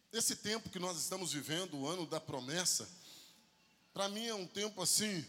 Esse tempo que nós estamos vivendo, o ano da promessa, para mim é um tempo assim,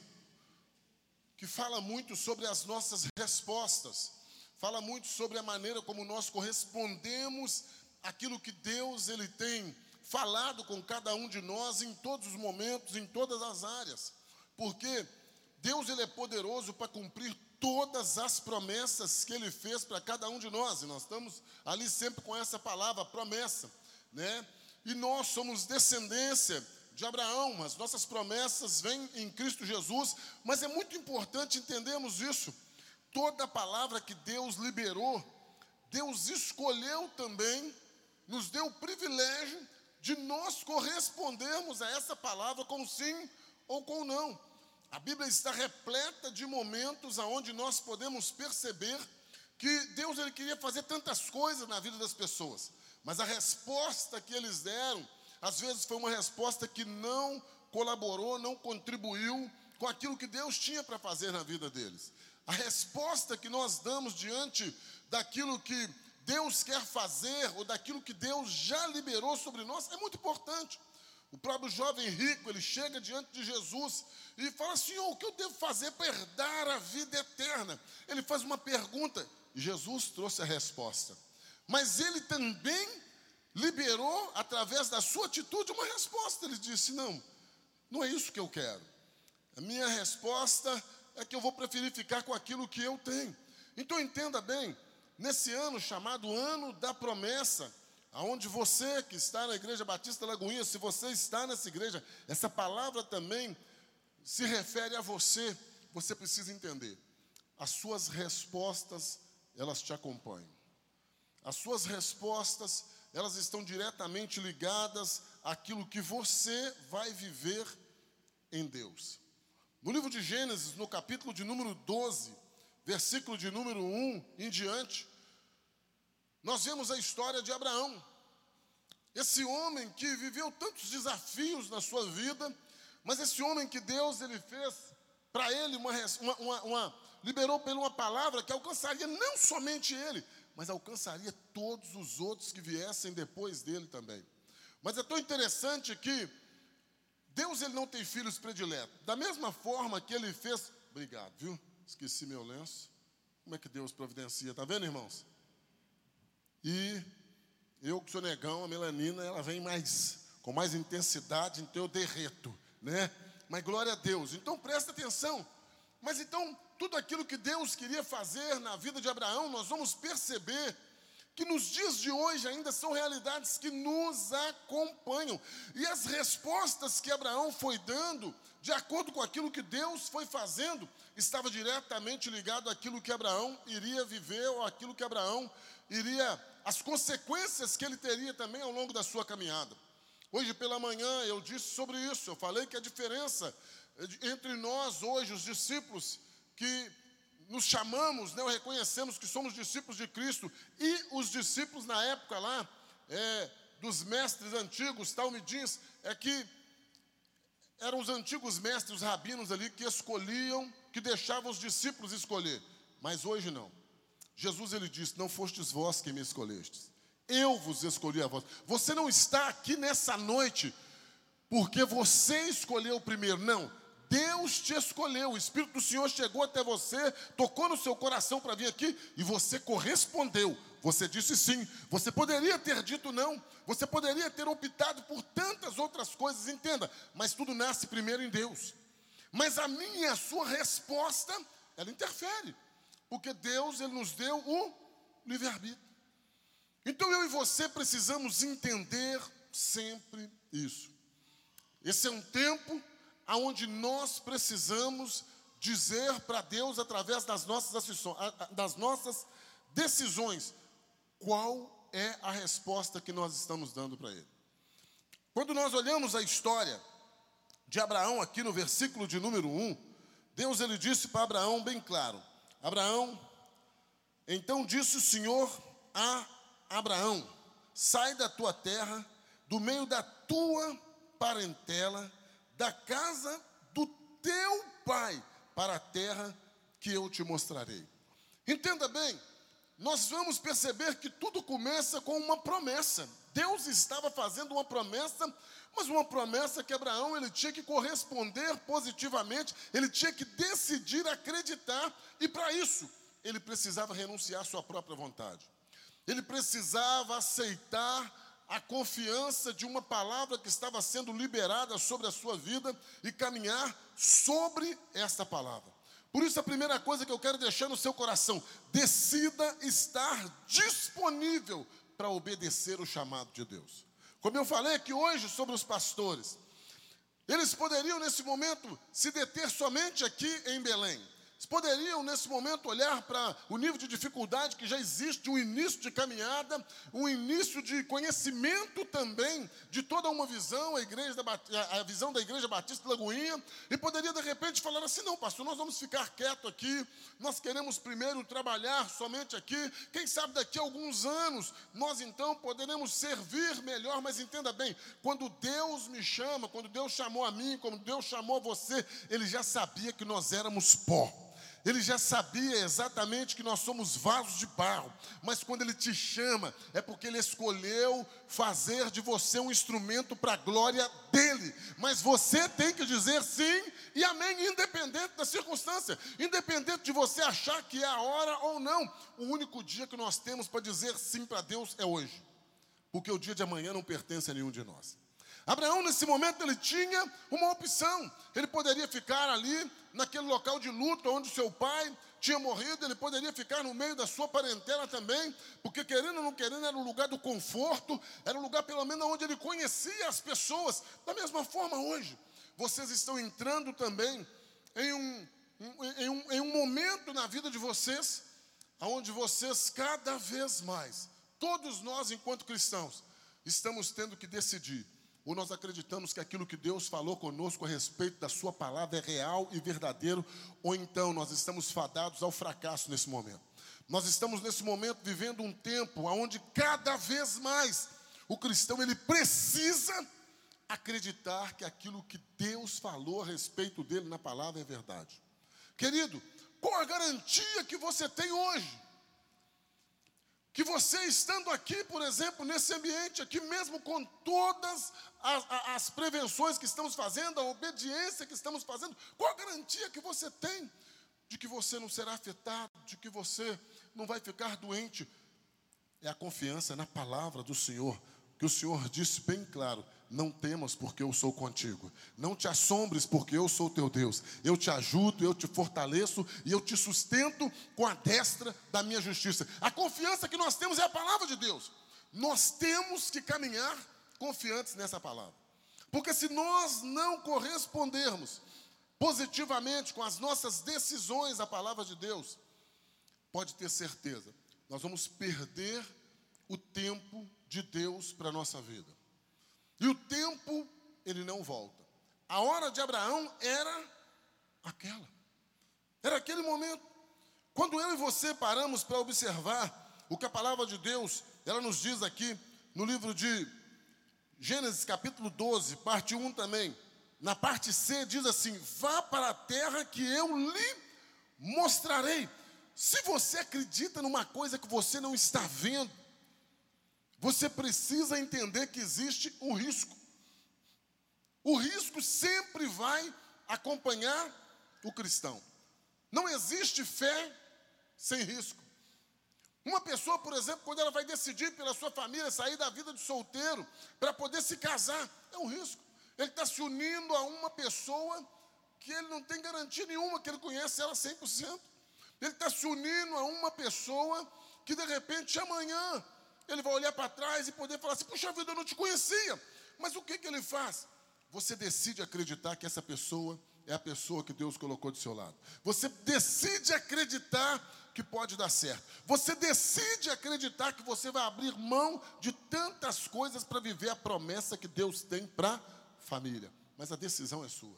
que fala muito sobre as nossas respostas, fala muito sobre a maneira como nós correspondemos àquilo que Deus ele tem falado com cada um de nós em todos os momentos, em todas as áreas, porque Deus ele é poderoso para cumprir todas as promessas que Ele fez para cada um de nós, e nós estamos ali sempre com essa palavra, promessa, né? E nós somos descendência de Abraão, as nossas promessas vêm em Cristo Jesus, mas é muito importante entendermos isso. Toda palavra que Deus liberou, Deus escolheu também, nos deu o privilégio de nós correspondermos a essa palavra com sim ou com não. A Bíblia está repleta de momentos onde nós podemos perceber que Deus ele queria fazer tantas coisas na vida das pessoas, mas a resposta que eles deram, às vezes foi uma resposta que não colaborou, não contribuiu com aquilo que Deus tinha para fazer na vida deles. A resposta que nós damos diante daquilo que Deus quer fazer, ou daquilo que Deus já liberou sobre nós, é muito importante. O próprio jovem rico, ele chega diante de Jesus e fala: Senhor, o que eu devo fazer para herdar a vida eterna? Ele faz uma pergunta e Jesus trouxe a resposta. Mas ele também liberou, através da sua atitude, uma resposta. Ele disse: não é isso que eu quero. A minha resposta é que eu vou preferir ficar com aquilo que eu tenho. Então entenda bem, nesse ano chamado Ano da Promessa, aonde você que está na Igreja Batista Lagoinha, se você está nessa igreja, essa palavra também se refere a você. Você precisa entender, as suas respostas, elas te acompanham. As suas respostas, elas estão diretamente ligadas àquilo que você vai viver em Deus. No livro de Gênesis, no capítulo de número 12, versículo de número 1 em diante, nós vemos a história de Abraão. Esse homem que viveu tantos desafios na sua vida, mas esse homem que Deus ele fez para ele liberou por uma palavra que alcançaria não somente ele, mas alcançaria todos os outros que viessem depois dele também. Mas é tão interessante que Deus ele não tem filhos prediletos. Da mesma forma que ele fez... Obrigado, viu? Esqueci meu lenço. Como é que Deus providencia? Está vendo, irmãos? E eu que sou negão, a melanina, ela vem com mais intensidade, então eu derreto, né? Mas glória a Deus. Então presta atenção. Mas então, tudo aquilo que Deus queria fazer na vida de Abraão, nós vamos perceber que nos dias de hoje ainda são realidades que nos acompanham. E as respostas que Abraão foi dando, de acordo com aquilo que Deus foi fazendo, estava diretamente ligado àquilo que Abraão iria viver, ou àquilo que Abraão as consequências que ele teria também ao longo da sua caminhada. Hoje pela manhã eu disse sobre isso, eu falei que a diferença entre nós hoje, os discípulos, que nos chamamos, né, ou reconhecemos que somos discípulos de Cristo, e os discípulos na época lá, dos mestres antigos, talmidins, é que eram os antigos mestres, os rabinos ali, que escolhiam, que deixavam os discípulos escolher, mas hoje não. Jesus ele disse: não fostes vós quem me escolhestes, eu vos escolhi a vós. Você não está aqui nessa noite porque você escolheu primeiro, não. Deus te escolheu, o Espírito do Senhor chegou até você, tocou no seu coração para vir aqui e você correspondeu. Você disse sim, você poderia ter dito não, você poderia ter optado por tantas outras coisas, entenda, mas tudo nasce primeiro em Deus. Mas a minha e a sua resposta, ela interfere, porque Deus ele nos deu o livre-arbítrio. Então eu e você precisamos entender sempre isso. Esse é um tempo onde nós precisamos dizer para Deus, através das nossas decisões, qual é a resposta que nós estamos dando para Ele. Quando nós olhamos a história de Abraão, aqui no versículo de número 1, Deus ele disse para Abraão bem claro: Abraão, então disse o Senhor a Abraão: sai da tua terra, do meio da tua parentela, da casa do teu pai, para a terra que eu te mostrarei. Entenda bem, nós vamos perceber que tudo começa com uma promessa. Deus estava fazendo uma promessa, mas uma promessa que Abraão ele tinha que corresponder positivamente, ele tinha que decidir acreditar, e para isso ele precisava renunciar à sua própria vontade. Ele precisava aceitar a confiança de uma palavra que estava sendo liberada sobre a sua vida e caminhar sobre essa palavra. Por isso, a primeira coisa que eu quero deixar no seu coração: decida estar disponível para obedecer o chamado de Deus. Como eu falei aqui hoje sobre os pastores, eles poderiam nesse momento se deter somente aqui em Belém. Eles poderiam, nesse momento, olhar para o nível de dificuldade que já existe, um início de caminhada, um início de conhecimento também de toda uma visão, a visão da Igreja Batista de Lagoinha, e poderia, de repente, falar assim: não, pastor, nós vamos ficar quieto aqui, nós queremos primeiro trabalhar somente aqui, quem sabe daqui a alguns anos, nós então poderemos servir melhor. Mas entenda bem, quando Deus me chama, quando Deus chamou a mim, quando Deus chamou a você, Ele já sabia que nós éramos pó. Ele já sabia exatamente que nós somos vasos de barro, mas quando Ele te chama, é porque Ele escolheu fazer de você um instrumento para a glória dEle. Mas você tem que dizer sim e amém, independente da circunstância, independente de você achar que é a hora ou não. O único dia que nós temos para dizer sim para Deus é hoje, porque o dia de amanhã não pertence a nenhum de nós. Abraão, nesse momento, ele tinha uma opção. Ele poderia ficar ali, naquele local de luto, onde seu pai tinha morrido. Ele poderia ficar no meio da sua parentela também, porque querendo ou não querendo, era um lugar do conforto, era um lugar pelo menos onde ele conhecia as pessoas. Da mesma forma hoje, vocês estão entrando também em um momento na vida de vocês, onde vocês cada vez mais, todos nós enquanto cristãos, estamos tendo que decidir: ou nós acreditamos que aquilo que Deus falou conosco a respeito da sua palavra é real e verdadeiro, ou então nós estamos fadados ao fracasso nesse momento. Nós estamos nesse momento vivendo um tempo onde cada vez mais o cristão ele precisa acreditar que aquilo que Deus falou a respeito dele na palavra é verdade. Querido, qual a garantia que você tem hoje? Que você estando aqui, por exemplo, nesse ambiente aqui, mesmo com todas as prevenções que estamos fazendo, a obediência que estamos fazendo, qual a garantia que você tem de que você não será afetado, de que você não vai ficar doente? É a confiança na palavra do Senhor, que o Senhor disse bem claro: não temas, porque eu sou contigo. Não te assombres, porque eu sou teu Deus. Eu te ajudo, eu te fortaleço e eu te sustento com a destra da minha justiça. A confiança que nós temos é a palavra de Deus. Nós temos que caminhar confiantes nessa palavra. Porque se nós não correspondermos positivamente com as nossas decisões à palavra de Deus, pode ter certeza, nós vamos perder o tempo de Deus para a nossa vida. E o tempo, ele não volta. A hora de Abraão era aquela. Era aquele momento. Quando eu e você paramos para observar o que a palavra de Deus, ela nos diz aqui, no livro de Gênesis, capítulo 12, parte 1 também. Na parte C, diz assim: vá para a terra que eu lhe mostrarei. Se você acredita numa coisa que você não está vendo, você precisa entender que existe um risco. O risco sempre vai acompanhar o cristão. Não existe fé sem risco. Uma pessoa, por exemplo, quando ela vai decidir pela sua família sair da vida de solteiro para poder se casar, é um risco. Ele está se unindo a uma pessoa que ele não tem garantia nenhuma que ele conhece ela 100%. Ele está se unindo a uma pessoa que de repente amanhã ele vai olhar para trás e poder falar assim: puxa vida, eu não te conhecia. Mas o que ele faz? Você decide acreditar que essa pessoa é a pessoa que Deus colocou do seu lado. Você decide acreditar que pode dar certo. Você decide acreditar que você vai abrir mão de tantas coisas para viver a promessa que Deus tem para a família. Mas a decisão é sua.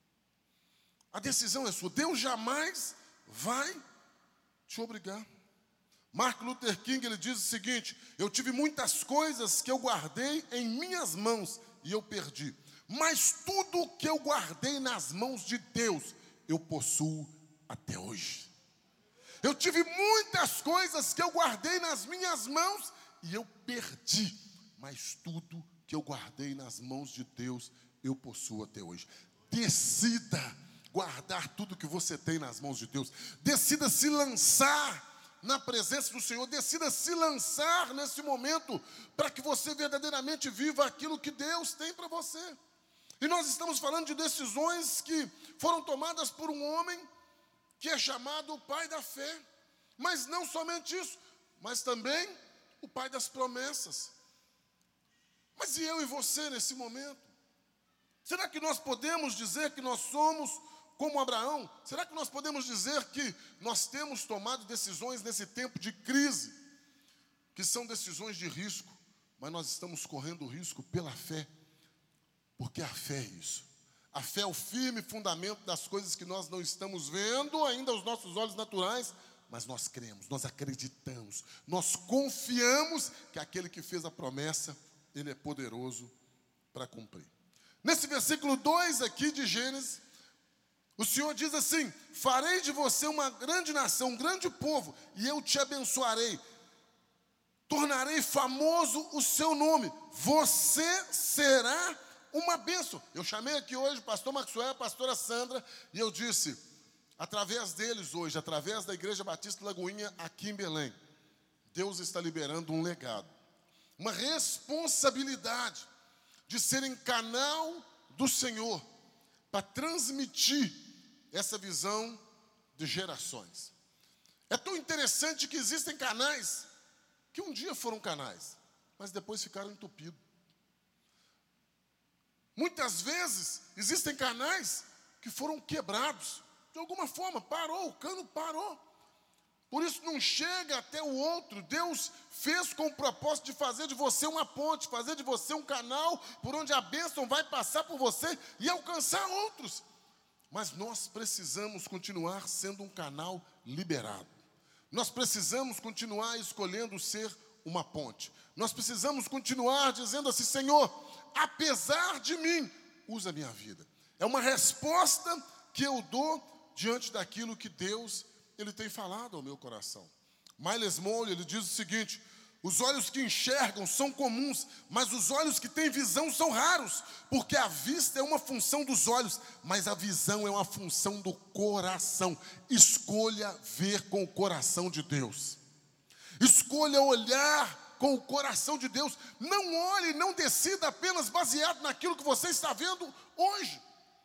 A decisão é sua. Deus jamais vai te obrigar. Martin Luther King, ele diz o seguinte: eu tive muitas coisas que eu guardei em minhas mãos e eu perdi, mas tudo o que eu guardei nas mãos de Deus, eu possuo até hoje. Eu tive muitas coisas que eu guardei nas minhas mãos e eu perdi, mas tudo que eu guardei nas mãos de Deus, eu possuo até hoje. Decida guardar tudo que você tem nas mãos de Deus. Decida se lançar na presença do Senhor. Decida se lançar nesse momento para que você verdadeiramente viva aquilo que Deus tem para você. E nós estamos falando de decisões que foram tomadas por um homem que é chamado o pai da fé. Mas não somente isso, mas também o pai das promessas. Mas e eu e você nesse momento? Será que nós podemos dizer que nós somos como Abraão? Será que nós podemos dizer que nós temos tomado decisões nesse tempo de crise, que são decisões de risco, mas nós estamos correndo risco pela fé? Porque a fé é isso. A fé é o firme fundamento das coisas que nós não estamos vendo ainda aos nossos olhos naturais, mas nós cremos, nós acreditamos, nós confiamos que aquele que fez a promessa, ele é poderoso para cumprir. Nesse versículo 2 aqui de Gênesis, o Senhor diz assim: farei de você uma grande nação, um grande povo, e eu te abençoarei. Tornarei famoso o seu nome. Você será uma bênção. Eu chamei aqui hoje o pastor Maxwell, a pastora Sandra, e eu disse, através deles hoje, através da Igreja Batista Lagoinha aqui em Belém, Deus está liberando um legado, uma responsabilidade de serem canal do Senhor para transmitir essa visão de gerações. É tão interessante que existem canais que um dia foram canais, mas depois ficaram entupidos. Muitas vezes existem canais que foram quebrados, de alguma forma, parou, o cano parou. Por isso não chega até o outro. Deus fez com o propósito de fazer de você uma ponte, fazer de você um canal por onde a bênção vai passar por você e alcançar outros. Mas nós precisamos continuar sendo um canal liberado. Nós precisamos continuar escolhendo ser uma ponte. Nós precisamos continuar dizendo assim: Senhor, apesar de mim, usa a minha vida. É uma resposta que eu dou diante daquilo que Deus ele tem falado ao meu coração. Miles Monroe, ele diz o seguinte: os olhos que enxergam são comuns, mas os olhos que têm visão são raros, porque a vista é uma função dos olhos, mas a visão é uma função do coração. Escolha ver com o coração de Deus. Escolha olhar com o coração de Deus. Não olhe, não decida apenas baseado naquilo que você está vendo hoje.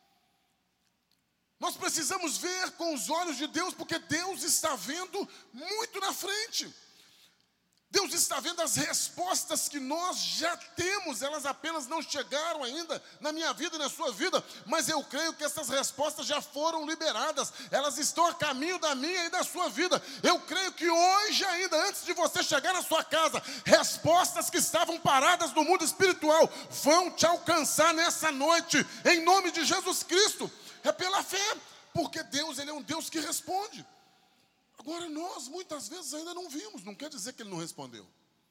Nós precisamos ver com os olhos de Deus, porque Deus está vendo muito na frente. Deus está vendo as respostas que nós já temos, elas apenas não chegaram ainda na minha vida e na sua vida, mas eu creio que essas respostas já foram liberadas, elas estão a caminho da minha e da sua vida. Eu creio que hoje ainda, antes de você chegar na sua casa, respostas que estavam paradas no mundo espiritual vão te alcançar nessa noite, em nome de Jesus Cristo. É pela fé, porque Deus, ele é um Deus que responde. Agora nós muitas vezes ainda não vimos, não quer dizer que ele não respondeu.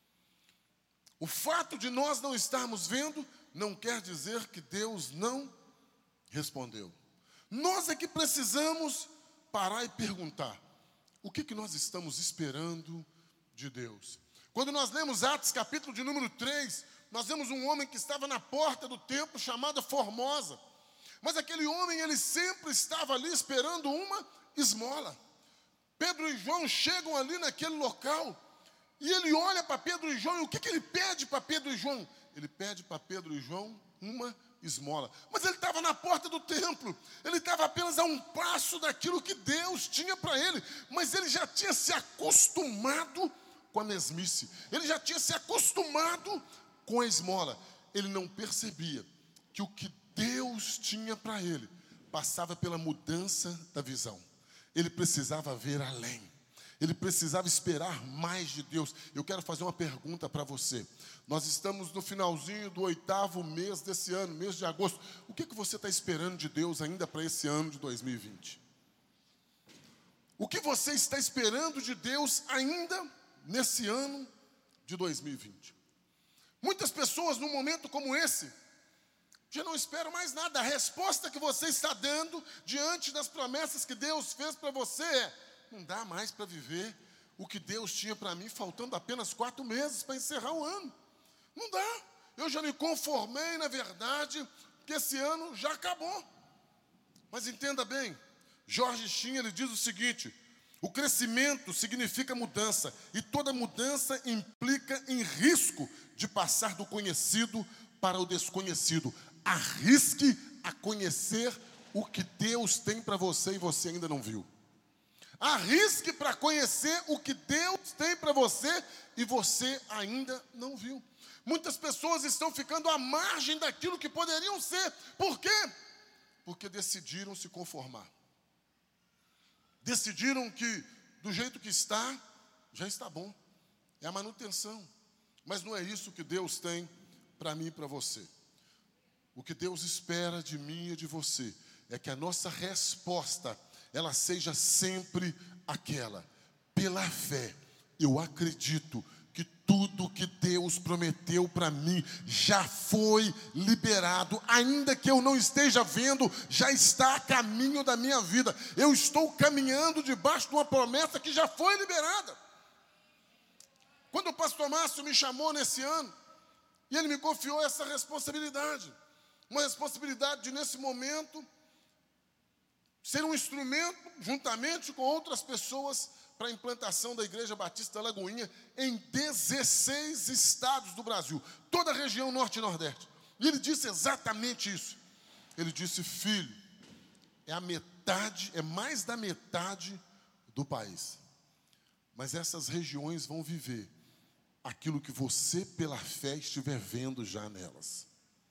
O fato de nós não estarmos vendo não quer dizer que Deus não respondeu. Nós é que precisamos parar e perguntar: o que nós estamos esperando de Deus? Quando nós lemos Atos capítulo de número 3, nós vemos um homem que estava na porta do templo chamado Formosa. Mas aquele homem, ele sempre estava ali esperando uma esmola. Pedro e João chegam ali naquele local, e ele olha para Pedro e João, e o que ele pede para Pedro e João? Ele pede para Pedro e João uma esmola. Mas ele estava na porta do templo, ele estava apenas a um passo daquilo que Deus tinha para ele, mas ele já tinha se acostumado com a mesmice, ele já tinha se acostumado com a esmola. Ele não percebia que o que Deus tinha para ele passava pela mudança da visão. Ele precisava ver além. Ele precisava esperar mais de Deus. Eu quero fazer uma pergunta para você. Nós estamos no finalzinho do 8º mês desse ano, mês de agosto. O que você está esperando de Deus ainda para esse ano de 2020? O que você está esperando de Deus ainda nesse ano de 2020? Muitas pessoas, num momento como esse, já não esperam mais nada. A resposta que você está dando diante das promessas que Deus fez para você é: não dá mais para viver o que Deus tinha para mim, faltando apenas 4 meses para encerrar o ano. Não dá. Eu já me conformei, na verdade, que esse ano já acabou. Mas entenda bem, Jorge Chin, ele diz o seguinte: o crescimento significa mudança, e toda mudança implica em risco de passar do conhecido para o desconhecido. Arrisque a conhecer o que Deus tem para você e você ainda não viu. Arrisque para conhecer o que Deus tem para você e você ainda não viu. Muitas pessoas estão ficando à margem daquilo que poderiam ser. Por quê? Porque decidiram se conformar. Decidiram que do jeito que está, já está bom. É a manutenção. Mas não é isso que Deus tem para mim e para você. O que Deus espera de mim e de você é que a nossa resposta, ela seja sempre aquela: pela fé, eu acredito que tudo que Deus prometeu para mim já foi liberado, ainda que eu não esteja vendo, já está a caminho da minha vida. Eu estou caminhando debaixo de uma promessa que já foi liberada. Quando o pastor Márcio me chamou nesse ano, e ele me confiou essa responsabilidade, uma responsabilidade de, nesse momento, ser um instrumento, juntamente com outras pessoas, para a implantação da Igreja Batista da Lagoinha em 16 estados do Brasil, toda a região norte e nordeste. E ele disse exatamente isso. Ele disse: filho, é mais da metade do país. Mas essas regiões vão viver aquilo que você, pela fé, estiver vendo já nelas.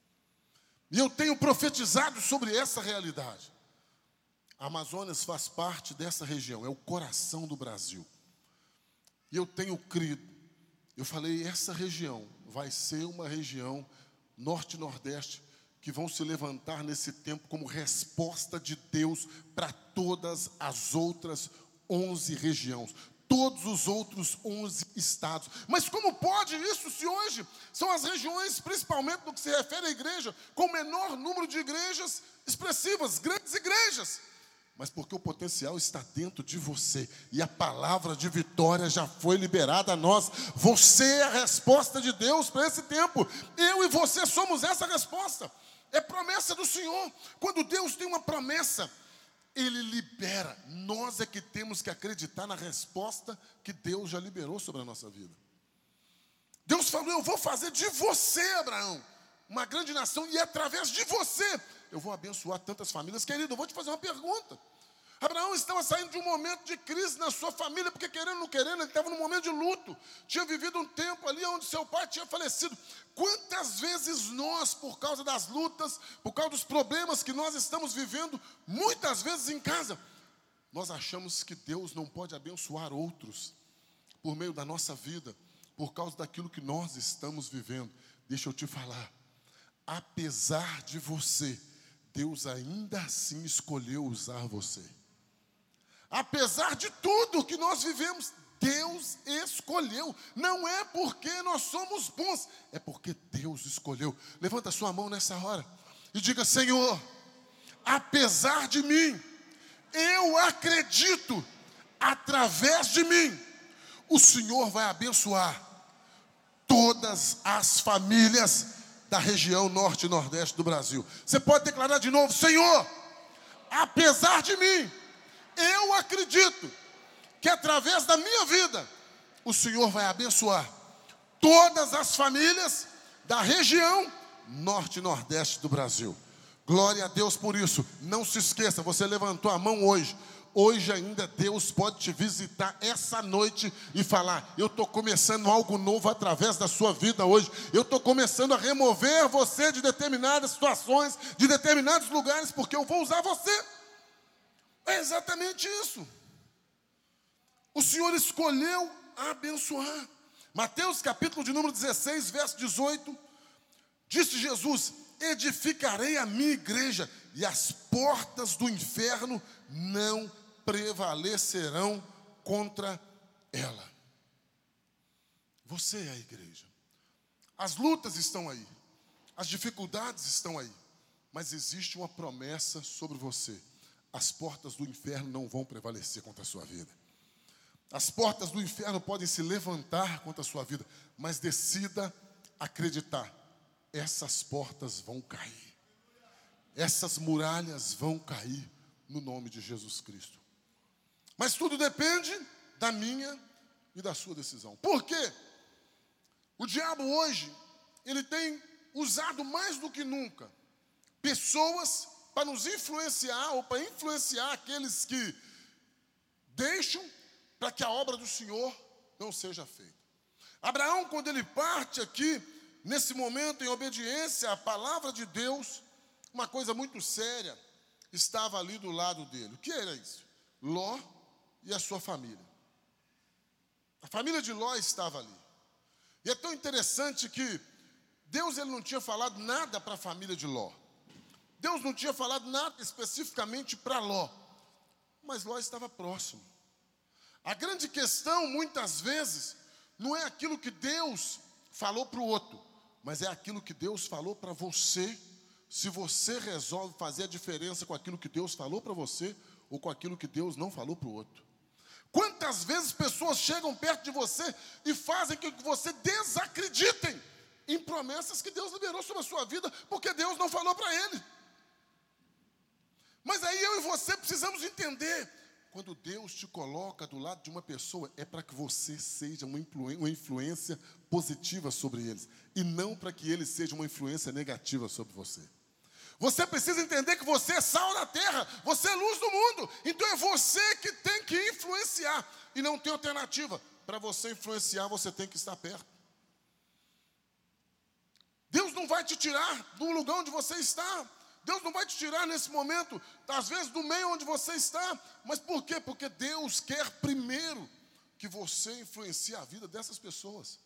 E eu tenho profetizado sobre essa realidade. A Amazonas faz parte dessa região, é o coração do Brasil. E eu tenho crido, eu falei, essa região vai ser uma região norte e nordeste que vão se levantar nesse tempo como resposta de Deus para todas as outras 11 regiões. Todos os outros 11 estados. Mas como pode isso se hoje são as regiões, principalmente no que se refere à igreja, com o menor número de igrejas expressivas, grandes igrejas? Mas porque o potencial está dentro de você. E a palavra de vitória já foi liberada a nós. Você é a resposta de Deus para esse tempo. Eu e você somos essa resposta. É promessa do Senhor. Quando Deus tem uma promessa, Ele libera. Nós é que temos que acreditar na resposta que Deus já liberou sobre a nossa vida. Deus falou: eu vou fazer de você, Abraão, uma grande nação, e através de você eu vou abençoar tantas famílias. Querido, eu vou te fazer uma pergunta. Abraão estava saindo de um momento de crise na sua família, porque querendo ou não querendo, ele estava num momento de luto. Tinha vivido um tempo ali onde seu pai tinha falecido. Quantas vezes nós, por causa das lutas, por causa dos problemas que nós estamos vivendo, muitas vezes em casa, nós achamos que Deus não pode abençoar outros por meio da nossa vida, por causa daquilo que nós estamos vivendo. Deixa eu te falar, apesar de você, Deus ainda assim escolheu usar você. Apesar de tudo que nós vivemos, Deus escolheu. Não é porque nós somos bons, é porque Deus escolheu. Levanta a sua mão nessa hora e diga: Senhor, apesar de mim, eu acredito, através de mim, o Senhor vai abençoar todas as famílias da região norte e nordeste do Brasil. Você pode declarar de novo: Senhor, apesar de mim, eu acredito que através da minha vida, o Senhor vai abençoar todas as famílias da região norte e nordeste do Brasil. Glória a Deus por isso. Não se esqueça, você levantou a mão hoje. Hoje ainda Deus pode te visitar essa noite e falar: eu estou começando algo novo através da sua vida hoje. Eu estou começando a remover você de determinadas situações, de determinados lugares, porque eu vou usar você. É exatamente isso. O Senhor escolheu abençoar. Mateus capítulo de número 16, verso 18, disse Jesus: edificarei a minha igreja, e as portas do inferno não prevalecerão contra ela. Você é a igreja. As lutas estão aí, as dificuldades estão aí, mas existe uma promessa sobre você: as portas do inferno não vão prevalecer contra a sua vida. As portas do inferno podem se levantar contra a sua vida, mas decida acreditar, essas portas vão cair. Essas muralhas vão cair no nome de Jesus Cristo. Mas tudo depende da minha e da sua decisão. Por quê? O diabo hoje, ele tem usado mais do que nunca pessoas para nos influenciar ou para influenciar aqueles que deixam para que a obra do Senhor não seja feita. Abraão, quando ele parte aqui, nesse momento, em obediência à palavra de Deus, uma coisa muito séria estava ali do lado dele. O que era isso? Ló e a sua família. A família de Ló estava ali. E é tão interessante que Deus ele não tinha falado nada para a família de Ló. Deus não tinha falado nada especificamente para Ló. Mas Ló estava próximo. A grande questão, muitas vezes, não é aquilo que Deus falou para o outro, mas é aquilo que Deus falou para você, se você resolve fazer a diferença com aquilo que Deus falou para você ou com aquilo que Deus não falou para o outro. Quantas vezes pessoas chegam perto de você e fazem com que você desacreditem em promessas que Deus liberou sobre a sua vida, porque Deus não falou para ele. Mas aí eu e você precisamos entender, quando Deus te coloca do lado de uma pessoa, é para que você seja uma influência positiva sobre eles, e não para que eles sejam uma influência negativa sobre você. Você precisa entender que você é sal da terra, você é luz do mundo, então é você que tem que influenciar, e não tem alternativa. Para você influenciar, você tem que estar perto. Deus não vai te tirar do lugar onde você está. Deus não vai te tirar nesse momento, às vezes do meio onde você está. Mas por quê? Porque Deus quer primeiro que você influencie a vida dessas pessoas.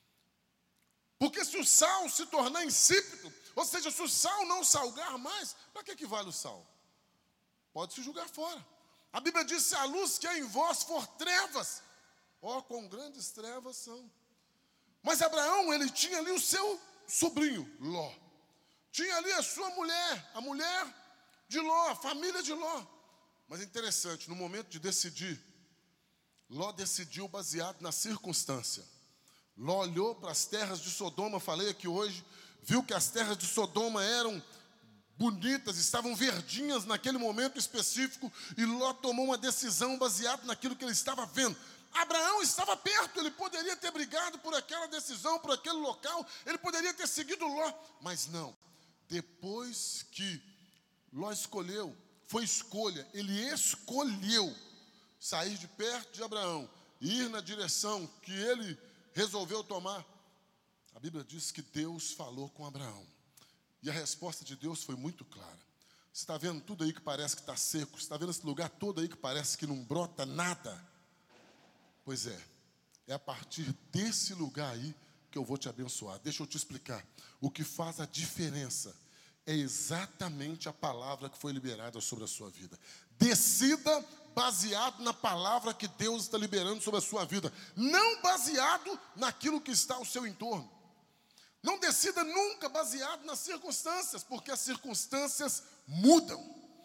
Porque se o sal se tornar insípido, ou seja, se o sal não salgar mais, para que vale o sal? Pode se jogar fora. A Bíblia diz, se a luz que é em vós for trevas, ó, quão grandes trevas são. Mas Abraão, ele tinha ali o seu sobrinho, Ló. Tinha ali a sua mulher, a mulher de Ló, a família de Ló. Mas é interessante, no momento de decidir, Ló decidiu baseado na circunstância. Ló olhou para as terras de Sodoma, falei aqui hoje, viu que as terras de Sodoma eram bonitas, estavam verdinhas naquele momento específico, e Ló tomou uma decisão baseada naquilo que ele estava vendo. Abraão estava perto, ele poderia ter brigado por aquela decisão, por aquele local, ele poderia ter seguido Ló, mas não. Depois que Ló escolheu, foi escolha, ele escolheu sair de perto de Abraão e ir na direção que ele resolveu tomar. A Bíblia diz que Deus falou com Abraão, e a resposta de Deus foi muito clara. Você está vendo tudo aí que parece que está seco? Você está vendo esse lugar todo aí que parece que não brota nada? Pois é a partir desse lugar aí que eu vou te abençoar. Deixa eu te explicar. O que faz a diferença é exatamente a palavra que foi liberada sobre a sua vida. Decida baseado na palavra que Deus está liberando sobre a sua vida, não baseado naquilo que está ao seu entorno. Não decida nunca baseado nas circunstâncias, porque as circunstâncias mudam.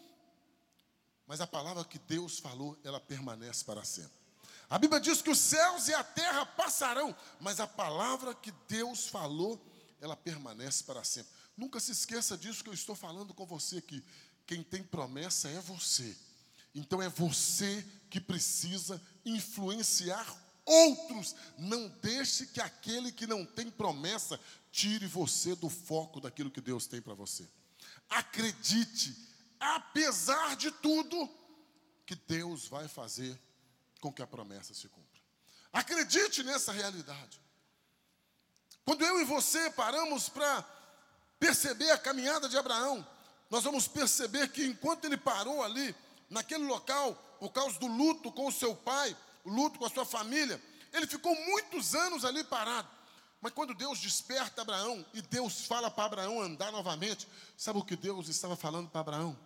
Mas a palavra que Deus falou, ela permanece para sempre. A Bíblia diz que os céus e a terra passarão, mas a palavra que Deus falou, ela permanece para sempre. Nunca se esqueça disso que eu estou falando com você aqui. Quem tem promessa é você. Então é você que precisa influenciar outros. Não deixe que aquele que não tem promessa tire você do foco daquilo que Deus tem para você. Acredite, apesar de tudo, que Deus vai fazer com que a promessa se cumpra. Acredite nessa realidade. Quando eu e você paramos para perceber a caminhada de Abraão, nós vamos perceber que enquanto ele parou ali, naquele local, por causa do luto com o seu pai, o luto com a sua família, ele ficou muitos anos ali parado. Mas quando Deus desperta Abraão, e Deus fala para Abraão andar novamente, sabe o que Deus estava falando para Abraão?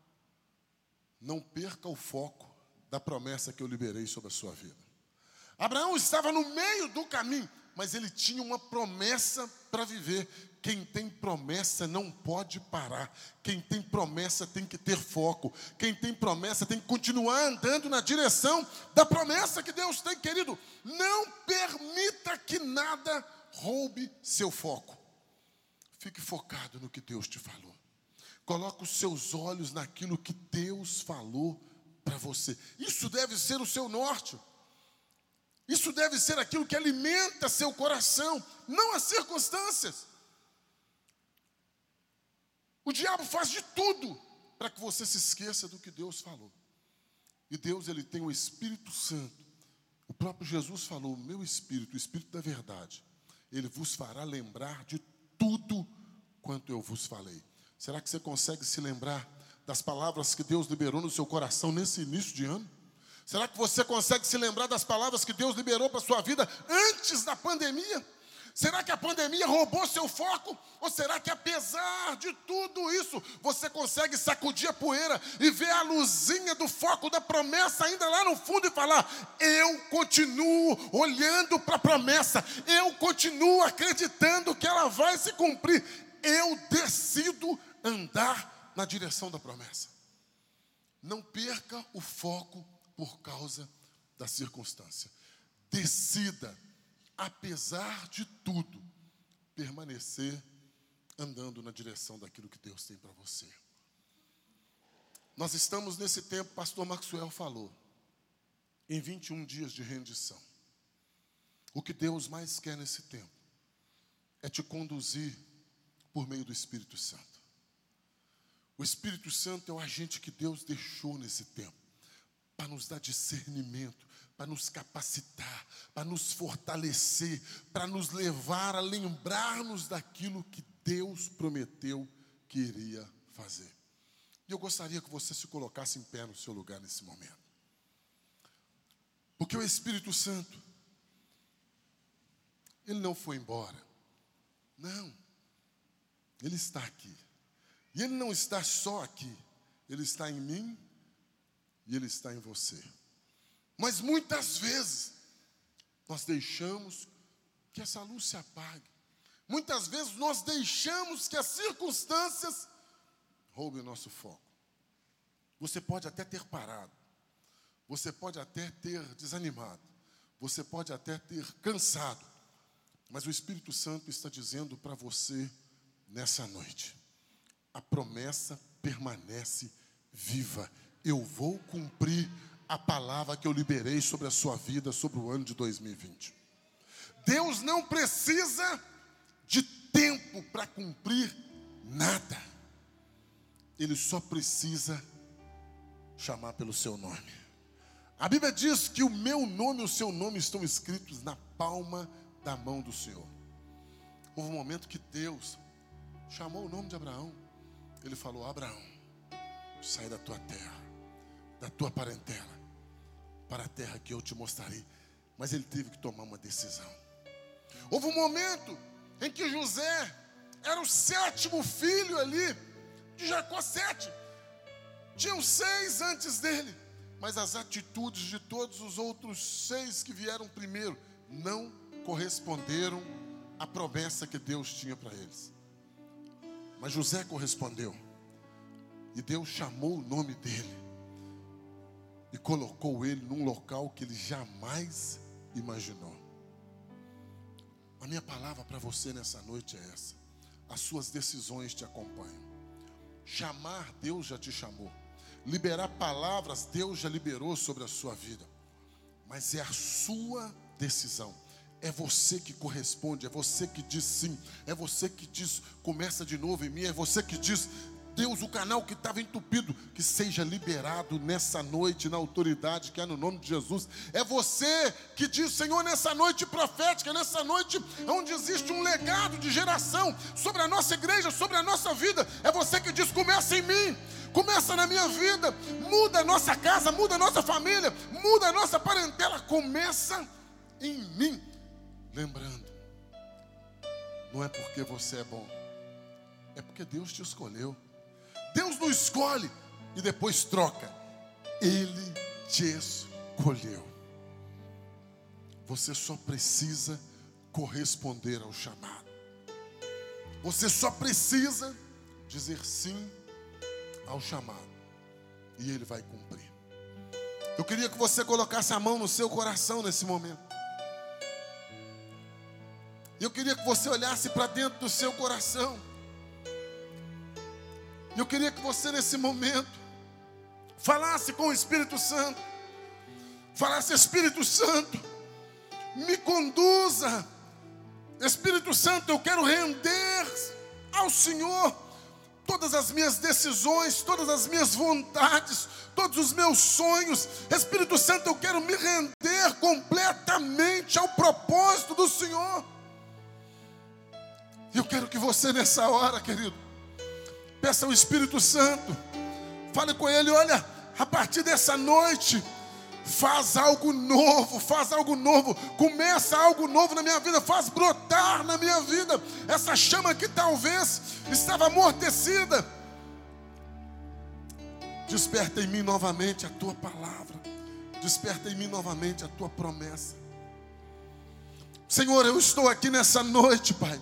Não perca o foco da promessa que eu liberei sobre a sua vida. Abraão estava no meio do caminho, mas ele tinha uma promessa para viver. Quem tem promessa não pode parar. Quem tem promessa tem que ter foco. Quem tem promessa tem que continuar andando na direção da promessa que Deus tem, querido. Não permita que nada roube seu foco. Fique focado no que Deus te falou. Coloque os seus olhos naquilo que Deus falou para você. Isso deve ser o seu norte. Isso deve ser aquilo que alimenta seu coração, não as circunstâncias. O diabo faz de tudo para que você se esqueça do que Deus falou. E Deus, ele tem o Espírito Santo. O próprio Jesus falou: meu Espírito, o Espírito da verdade, ele vos fará lembrar de tudo quanto eu vos falei. Será que você consegue se lembrar das palavras que Deus liberou no seu coração nesse início de ano? Será que você consegue se lembrar das palavras que Deus liberou para a sua vida antes da pandemia? Será que a pandemia roubou seu foco? Ou será que apesar de tudo isso, você consegue sacudir a poeira e ver a luzinha do foco da promessa ainda lá no fundo e falar: eu continuo olhando para a promessa, eu continuo acreditando que ela vai se cumprir, eu decido andar na direção da promessa. Não perca o foco por causa da circunstância. Decida, apesar de tudo, permanecer andando na direção daquilo que Deus tem para você. Nós estamos nesse tempo, pastor Maxwell falou, em 21 dias de rendição. O que Deus mais quer nesse tempo é te conduzir por meio do Espírito Santo. O Espírito Santo é o agente que Deus deixou nesse tempo para nos dar discernimento, para nos capacitar, para nos fortalecer, para nos levar a lembrar-nos daquilo que Deus prometeu que iria fazer. E eu gostaria que você se colocasse em pé no seu lugar nesse momento. Porque o Espírito Santo, ele não foi embora. Não. Ele está aqui. E ele não está só aqui. Ele está em mim e ele está em você. Mas muitas vezes nós deixamos que essa luz se apague. Muitas vezes nós deixamos que as circunstâncias roubem o nosso foco. Você pode até ter parado. Você pode até ter desanimado. Você pode até ter cansado. Mas o Espírito Santo está dizendo para você nessa noite: a promessa permanece viva. Eu vou cumprir a palavra que eu liberei sobre a sua vida, sobre o ano de 2020. Deus não precisa de tempo para cumprir nada. Ele só precisa chamar pelo seu nome. A Bíblia diz que o meu nome e o seu nome estão escritos na palma da mão do Senhor. Houve um momento que Deus chamou o nome de Abraão. Ele falou: Abraão, sai da tua terra, da tua parentela, para a terra que eu te mostrarei. Mas ele teve que tomar uma decisão. Houve um momento em que José era o 7º filho ali de Jacó. 7. Tinham 6 antes dele, mas as atitudes de todos os outros 6 que vieram primeiro não corresponderam à promessa que Deus tinha para eles. Mas José correspondeu. E Deus chamou o nome dele e colocou ele num local que ele jamais imaginou. A minha palavra para você nessa noite é essa: as suas decisões te acompanham. Chamar, Deus já te chamou. Liberar palavras, Deus já liberou sobre a sua vida. Mas é a sua decisão. É você que corresponde, é você que diz sim, é você que diz começa de novo em mim, é você que diz: Deus, o canal que estava entupido, que seja liberado nessa noite, na autoridade que é no nome de Jesus. É você que diz: Senhor, nessa noite profética, nessa noite onde existe um legado de geração sobre a nossa igreja, sobre a nossa vida, é você que diz: começa em mim, começa na minha vida, muda a nossa casa, muda a nossa família, muda a nossa parentela, começa em mim. Lembrando, não é porque você é bom, é porque Deus te escolheu. Deus não escolhe e depois troca. Ele te escolheu. Você só precisa corresponder ao chamado. Você só precisa dizer sim ao chamado. E Ele vai cumprir. Eu queria que você colocasse a mão no seu coração nesse momento. Eu queria que você olhasse para dentro do seu coração. Eu queria que você nesse momento falasse com o Espírito Santo. Falasse: Espírito Santo, me conduza. Espírito Santo, eu quero render ao Senhor todas as minhas decisões, todas as minhas vontades, todos os meus sonhos. Espírito Santo, eu quero me render completamente ao propósito do Senhor. Eu quero que você nessa hora, querido, peça ao Espírito Santo, fale com Ele: olha, a partir dessa noite, faz algo novo, começa algo novo na minha vida, faz brotar na minha vida essa chama que talvez estava amortecida. Desperta em mim novamente a tua palavra, desperta em mim novamente a tua promessa. Senhor, eu estou aqui nessa noite, Pai,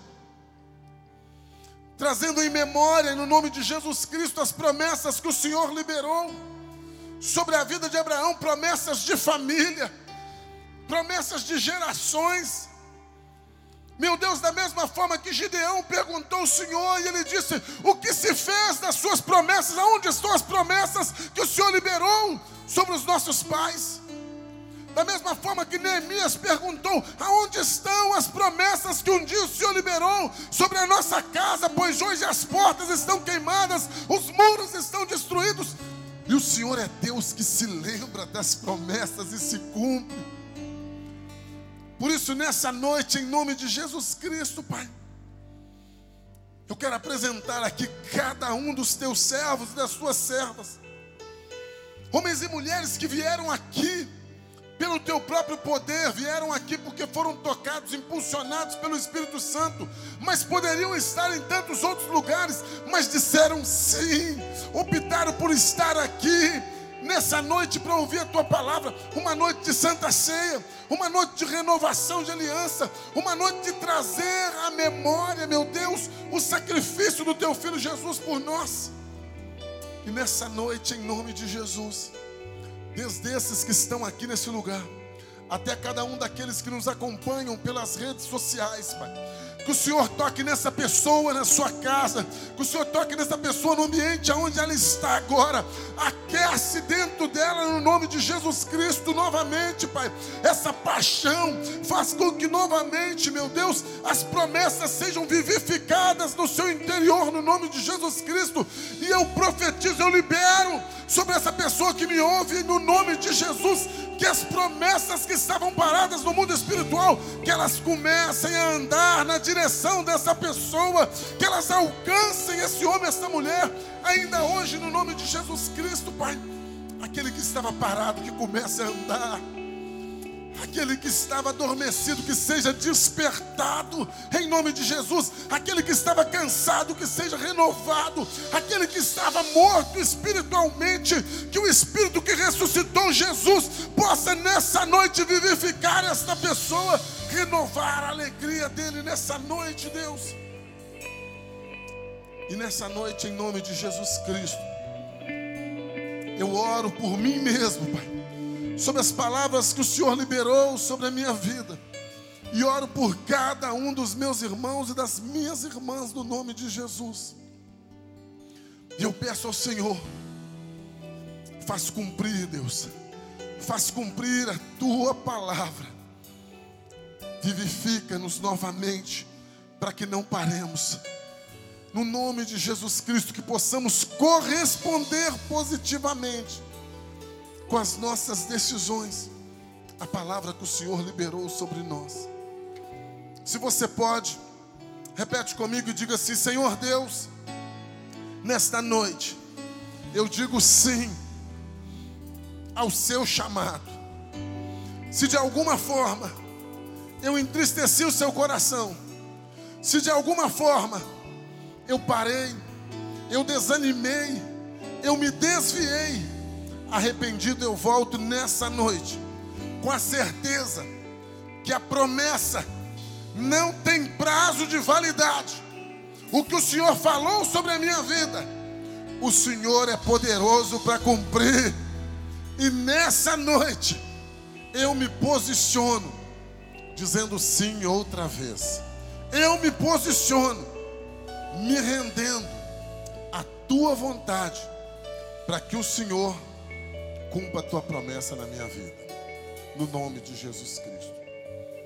trazendo em memória, no nome de Jesus Cristo, as promessas que o Senhor liberou sobre a vida de Abraão, promessas de família, promessas de gerações. Meu Deus, da mesma forma que Gideão perguntou ao Senhor e ele disse: o que se fez das suas promessas? Aonde estão as promessas que o Senhor liberou sobre os nossos pais? Da mesma forma que Neemias perguntou: aonde estão as promessas que um dia o Senhor liberou sobre a nossa casa? Pois hoje as portas estão queimadas, os muros estão destruídos. E o Senhor é Deus que se lembra das promessas e se cumpre. Por isso, nessa noite, em nome de Jesus Cristo, Pai, eu quero apresentar aqui cada um dos teus servos e das tuas servas, homens e mulheres que vieram aqui pelo teu próprio poder, vieram aqui porque foram tocados, impulsionados pelo Espírito Santo, mas poderiam estar em tantos outros lugares, mas disseram sim, optaram por estar aqui nessa noite para ouvir a tua palavra. Uma noite de santa ceia, uma noite de renovação de aliança, uma noite de trazer à memória, meu Deus, o sacrifício do teu Filho Jesus por nós. E nessa noite, em nome de Jesus, desde esses que estão aqui nesse lugar, até cada um daqueles que nos acompanham pelas redes sociais, Pai, que o Senhor toque nessa pessoa na sua casa, que o Senhor toque nessa pessoa no ambiente onde ela está agora, aquece dentro dela no nome de Jesus Cristo novamente, Pai, essa paixão, faz com que novamente, meu Deus, as promessas sejam vivificadas no seu interior no nome de Jesus Cristo. E eu profetizo, eu libero sobre essa pessoa que me ouve no nome de Jesus, que as promessas que estavam paradas no mundo espiritual, que elas comecem a andar na direção dessa pessoa, que elas alcancem esse homem, essa mulher, ainda hoje no nome de Jesus Cristo, Pai. Aquele que estava parado, que comece a andar. Aquele que estava adormecido, que seja despertado em nome de Jesus. Aquele que estava cansado, que seja renovado. Aquele que estava morto espiritualmente, que o Espírito que ressuscitou Jesus possa nessa noite vivificar esta pessoa, renovar a alegria dele nessa noite, Deus. E nessa noite, em nome de Jesus Cristo, eu oro por mim mesmo, Pai, sobre as palavras que o Senhor liberou sobre a minha vida, e oro por cada um dos meus irmãos e das minhas irmãs no nome de Jesus. E eu peço ao Senhor, faz cumprir, Deus, faz cumprir a tua palavra, vivifica-nos novamente, para que não paremos, no nome de Jesus Cristo, que possamos corresponder positivamente com as nossas decisões, a palavra que o Senhor liberou sobre nós. Se você pode, repete comigo e diga assim: Senhor Deus, nesta noite, eu digo sim ao seu chamado. Se de alguma forma eu entristeci o seu coração, se de alguma forma eu parei, eu desanimei, eu me desviei, arrependido, eu volto nessa noite com a certeza que a promessa não tem prazo de validade. O que o Senhor falou sobre a minha vida, o Senhor é poderoso para cumprir. E nessa noite eu me posiciono dizendo sim outra vez. eu me posiciono, me rendendo à tua vontade, para que o Senhor cumpra a tua promessa na minha vida, no nome de Jesus Cristo.